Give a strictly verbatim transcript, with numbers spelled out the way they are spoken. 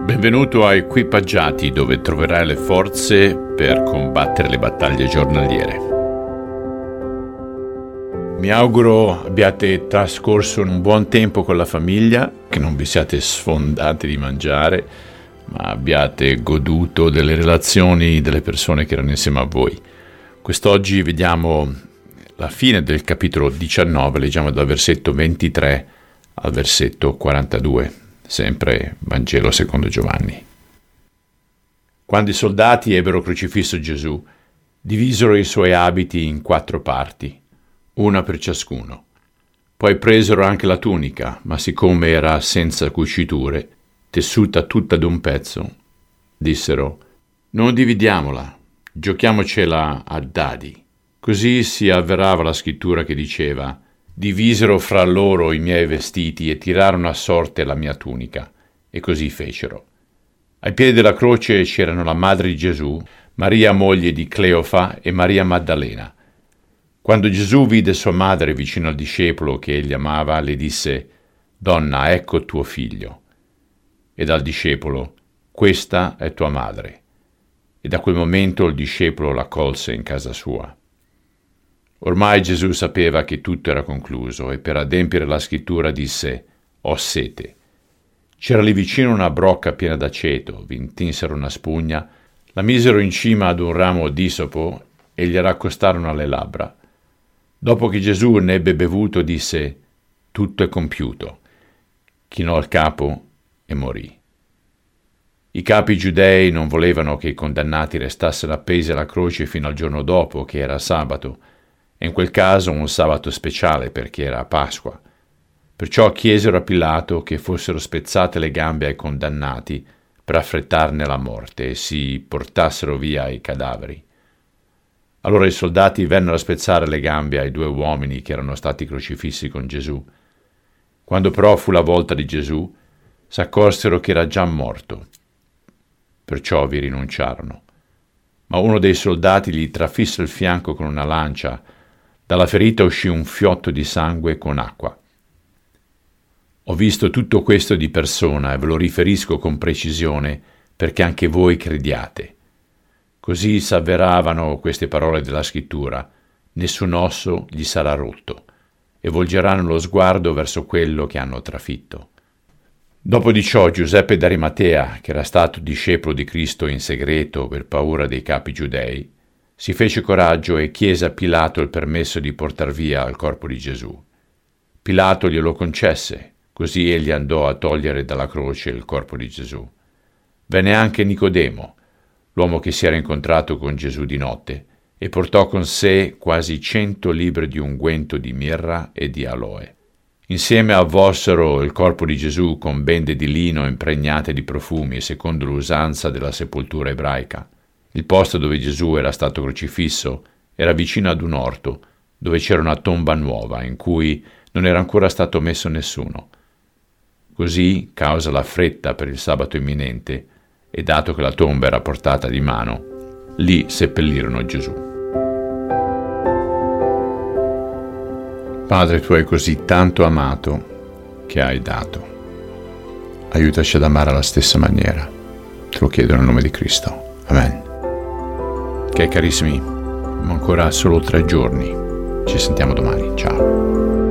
Benvenuto a Equipaggiati, dove troverai le forze per combattere le battaglie giornaliere. Mi auguro abbiate trascorso un buon tempo con la famiglia, che non vi siate sfondati di mangiare, ma abbiate goduto delle relazioni delle persone che erano insieme a voi. Quest'oggi vediamo la fine del capitolo diciannove, leggiamo dal versetto ventitré al versetto quarantadue. Sempre Vangelo secondo Giovanni. Quando i soldati ebbero crocifisso Gesù, divisero i suoi abiti in quattro parti, una per ciascuno. Poi presero anche la tunica, ma siccome era senza cuciture, tessuta tutta d'un pezzo, dissero: non dividiamola, giochiamocela a dadi. Così si avverava la scrittura che diceva: divisero fra loro i miei vestiti e tirarono a sorte la mia tunica, e così fecero. Ai piedi della croce c'erano la madre di Gesù, Maria moglie di Cleofa e Maria Maddalena. Quando Gesù vide sua madre vicino al discepolo che egli amava, le disse: donna, ecco tuo figlio. Ed al discepolo: questa è tua madre. E da quel momento il discepolo la accolse in casa sua. Ormai Gesù sapeva che tutto era concluso e per adempiere la scrittura disse: ho sete. C'era lì vicino una brocca piena d'aceto, vi intinsero una spugna, la misero in cima ad un ramo d'isopo e gliela accostarono alle labbra. Dopo che Gesù ne ebbe bevuto disse: tutto è compiuto. Chinò il capo e morì. I capi giudei non volevano che i condannati restassero appesi alla croce fino al giorno dopo, che era sabato, e in quel caso un sabato speciale perché era Pasqua. Perciò chiesero a Pilato che fossero spezzate le gambe ai condannati per affrettarne la morte e si portassero via i cadaveri. Allora i soldati vennero a spezzare le gambe ai due uomini che erano stati crocifissi con Gesù. Quando però fu la volta di Gesù, s'accorsero che era già morto. Perciò vi rinunciarono. Ma uno dei soldati gli trafisse il fianco con una lancia. Dalla ferita uscì un fiotto di sangue con acqua. Ho visto tutto questo di persona e ve lo riferisco con precisione perché anche voi crediate. Così s'avveravano queste parole della scrittura: nessun osso gli sarà rotto, e volgeranno lo sguardo verso quello che hanno trafitto. Dopo di ciò Giuseppe d'Arimatea, che era stato discepolo di Cristo in segreto per paura dei capi giudei, si fece coraggio e chiese a Pilato il permesso di portar via il corpo di Gesù. Pilato glielo concesse, così egli andò a togliere dalla croce il corpo di Gesù. Venne anche Nicodemo, l'uomo che si era incontrato con Gesù di notte, e portò con sé quasi cento libbre di unguento di mirra e di aloe. Insieme avvolsero il corpo di Gesù con bende di lino impregnate di profumi, secondo l'usanza della sepoltura ebraica. Il posto dove Gesù era stato crocifisso era vicino ad un orto, dove c'era una tomba nuova, in cui non era ancora stato messo nessuno. Così, causa la fretta per il sabato imminente, e dato che la tomba era portata di mano, lì seppellirono Gesù. Padre, tu hai così tanto amato che hai dato. Aiutaci ad amare alla stessa maniera. Te lo chiedo nel nome di Cristo. Amen. Ok, carissimi, ancora solo tre giorni. Ci sentiamo domani. Ciao.